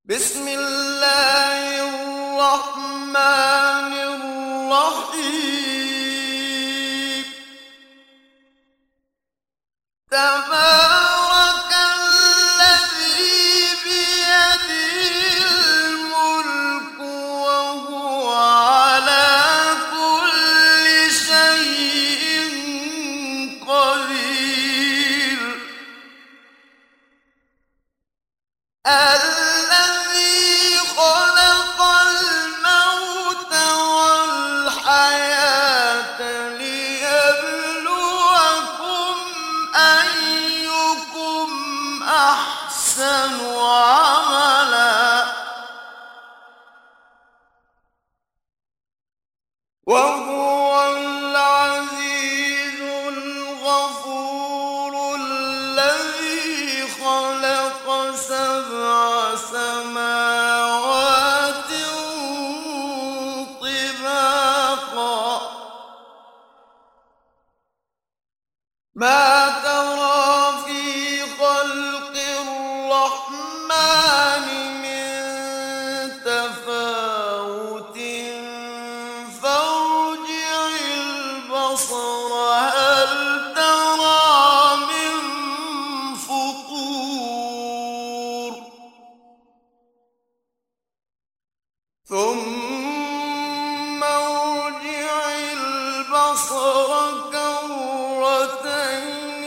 بسم الله الرحمن الرحيم. تبارك الذي بيده الملك وهو على كل شيء قدير. الذي خلق الموت والحياة ليبلوكم أيكم أحسن عملا وهو العزيز الغفور. الذي خلق سبع سماوات طباقا ما ترى في خلق الرحمن من تفاوت فارجع البصر هل ترى من فطور ثم ارجع البصر كرتين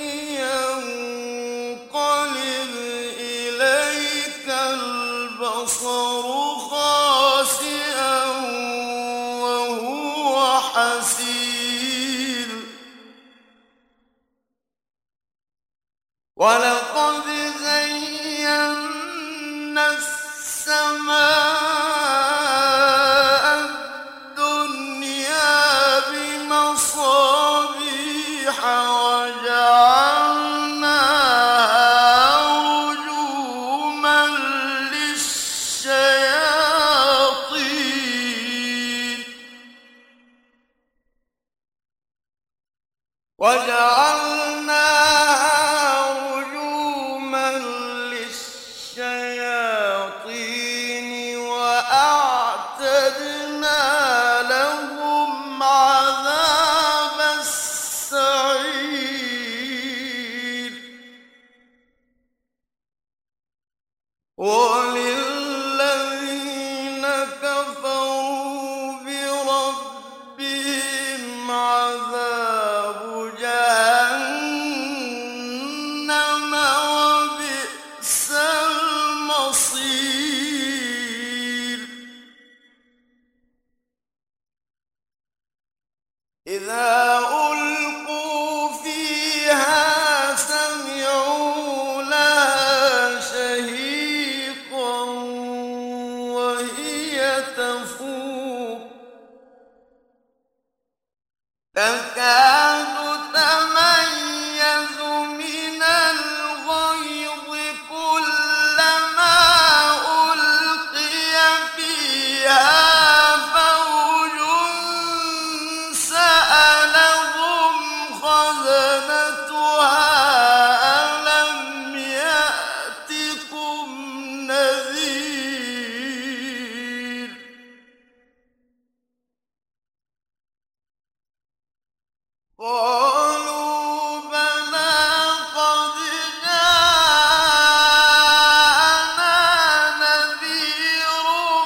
ينقلب إليك البصر خاسئا وهو حسير. ولقد زينا السماء الدنيا بمصابيح وجعلناها رجوما للشياطين وأعتدنا لهم عذاب السعير. وللذين كفروا بربهم عذاب جهنم وبئس المصير. إذا ألقوا فيها سمعوا لها شهيقا وهي تفور تكاد تميز من الغيظ كلما ألقي فيها فوج سألهم خزنتها ألم يأتكم نذير. قالوا بلى قد جاءنا نذير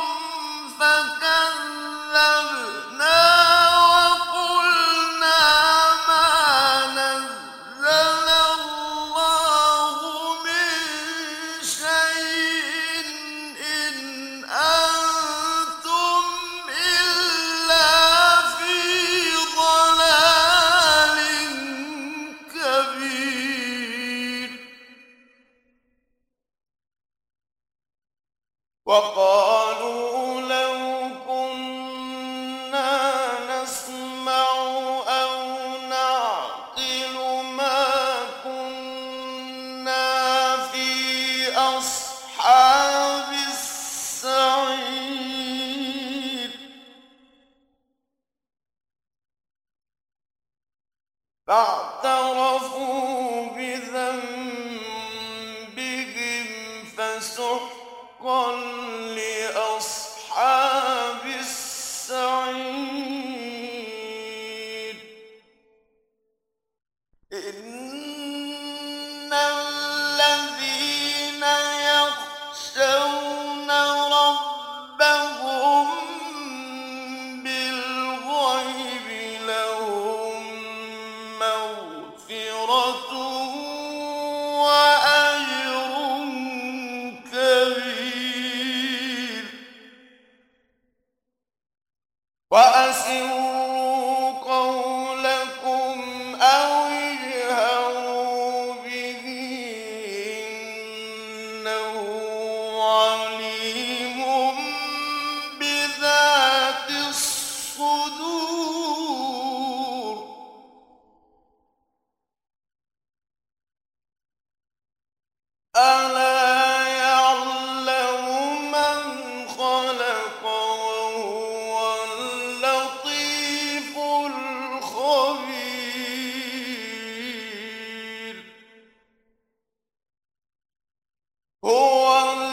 فكذبنا وقلنا ما نزل الله من شيء إن أنتم إلا في ضلال كبير. وقالوا لو كنا نسمع أو نعقل ما كنا في أصحاب السعير. فاعترفوا بذنبهم فسحقا لأصحاب السعير إن الذين يخشون ربهم بالغيب لهم مغفرة وأجر كبير وأسروا قولكم أو اجهروا به إنه عليم بذات الصدور ألا يعلم من خلق وهو اللطيف الخبير هو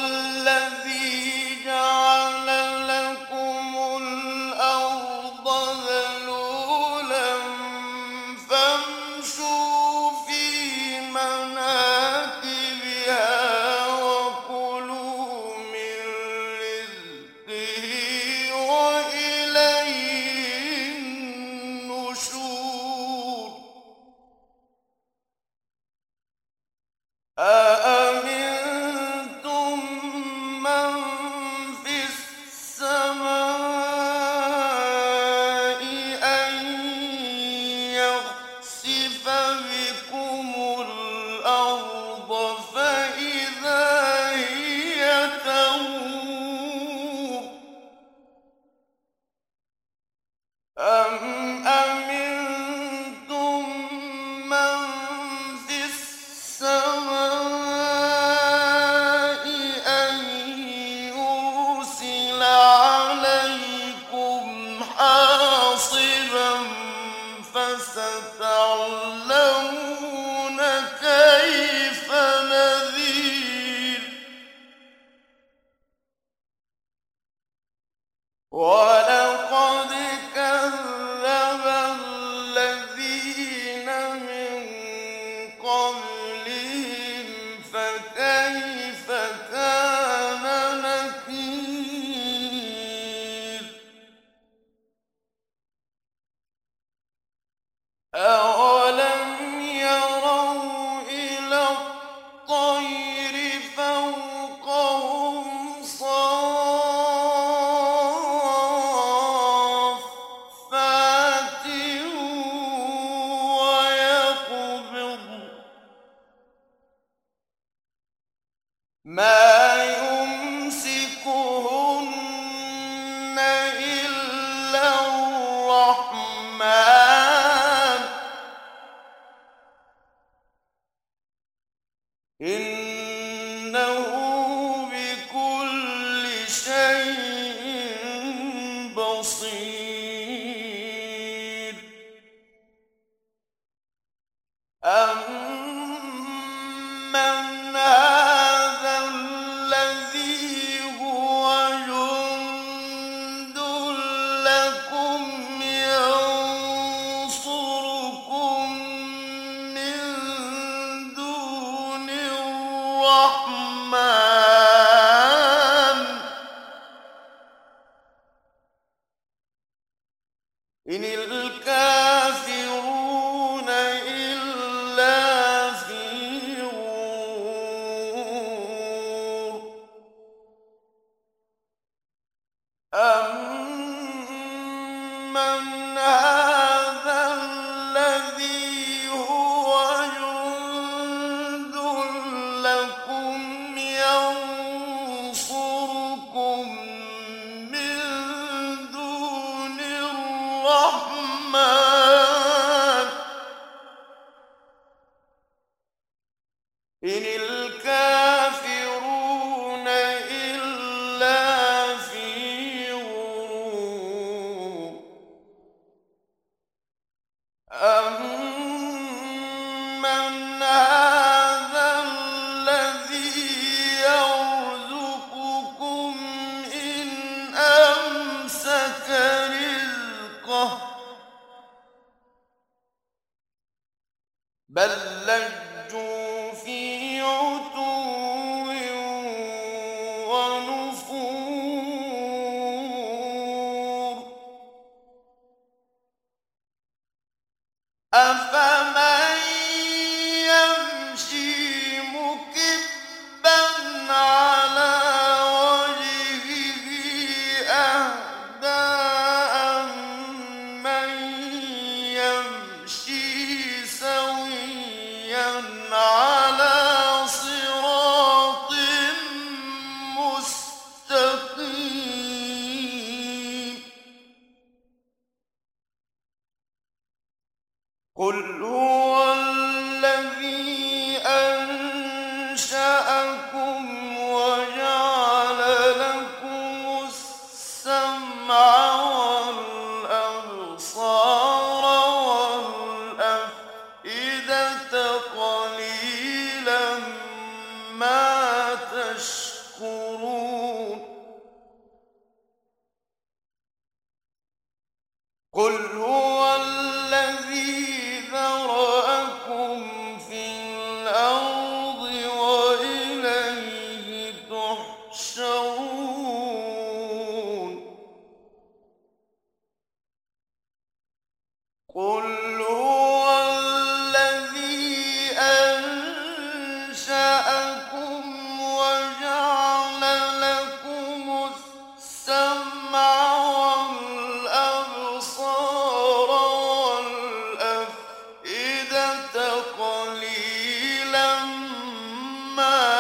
الذي جعل لكم الأرض ذلولا فامشوا في مناكبها وكلوا من رزقه وإليه النشور أأمنتم من في السماء أن يخسف بكم الأرض فإذا هي تمور أم أمنتم من في السماء أن يرسل عليكم حاصبا فستعلمون كيف نذير ولقد كذب الذين من قبلهم فكيف كان نكير أولم يروا إلى الطير فوقهم صافات ويقبضن ما يمسكهن إلا الرحمن إنه بكل شيء بصير أمن هذا الذي هو جند لكم ينصركم من دون الرحمن إن الكافرون إلا في غرور أمن هذا الذي هو جند لكم ينصركم من دون الرحمن ونفور أفمن يمشي مكبا على وجهه أهدى أمن يمشي سويا على صراط مستقيم قل هو الذي أنشأكم وجعل لكم السمع والأبصار والأفئدة قليلا ما تشكرون قل هو الذي ذرأكم في الأرض وإليه تحشرون قل هو الذي أنشأكم وجعل لكم السمع والأبصار والأفئدة قليلا ما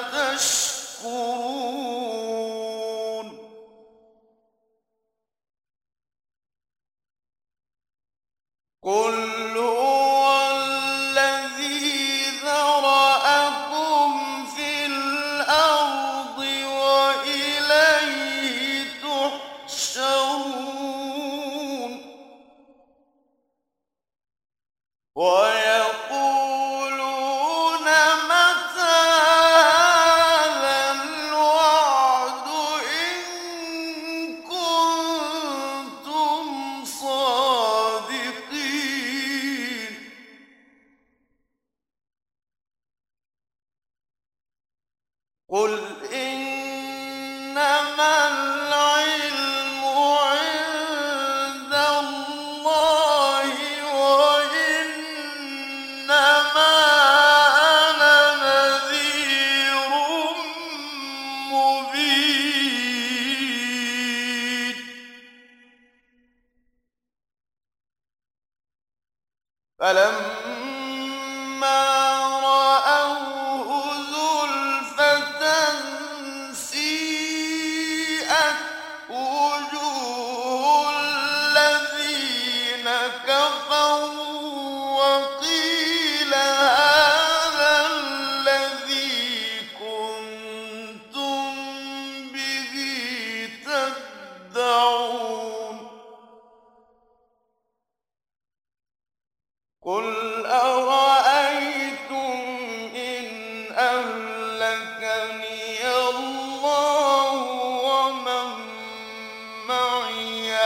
تشكرون قل هو الذي ذرأكم في الأرض وإليه تحشرون ويقولون متى هذا الوعد إن كنتم صادقين قل إنما العلم عند الله وإنما أنا نذير مبين فلما رأوه زلفة سيئت وجوه الذين كفروا وقيل هذا الذي كنتم به تدعون قل أرأيتم إن أهلكني الله ومن معي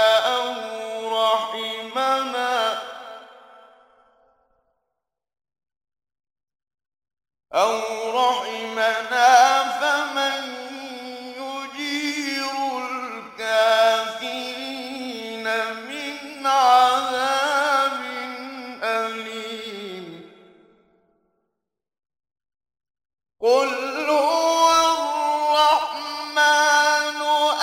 أو رحمنا فمن يجير الكافرين من عذاب أليم قل هو الرحمن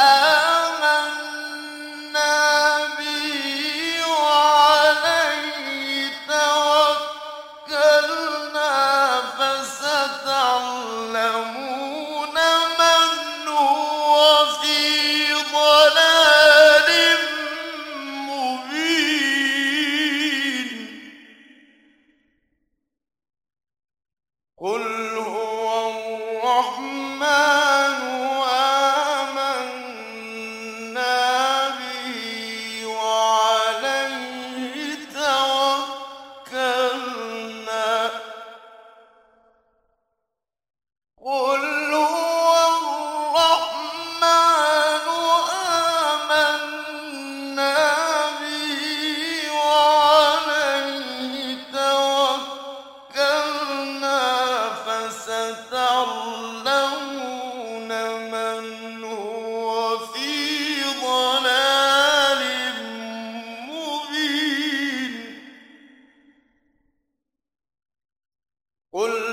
آمنا به وعليه توكلنا فستعلمون من هو في ضلال مبين قل هو الرحمن آمنا به وعليه توكلنا قل هو الرحمن آمنا به وعليه توكلنا فستعلمون من قل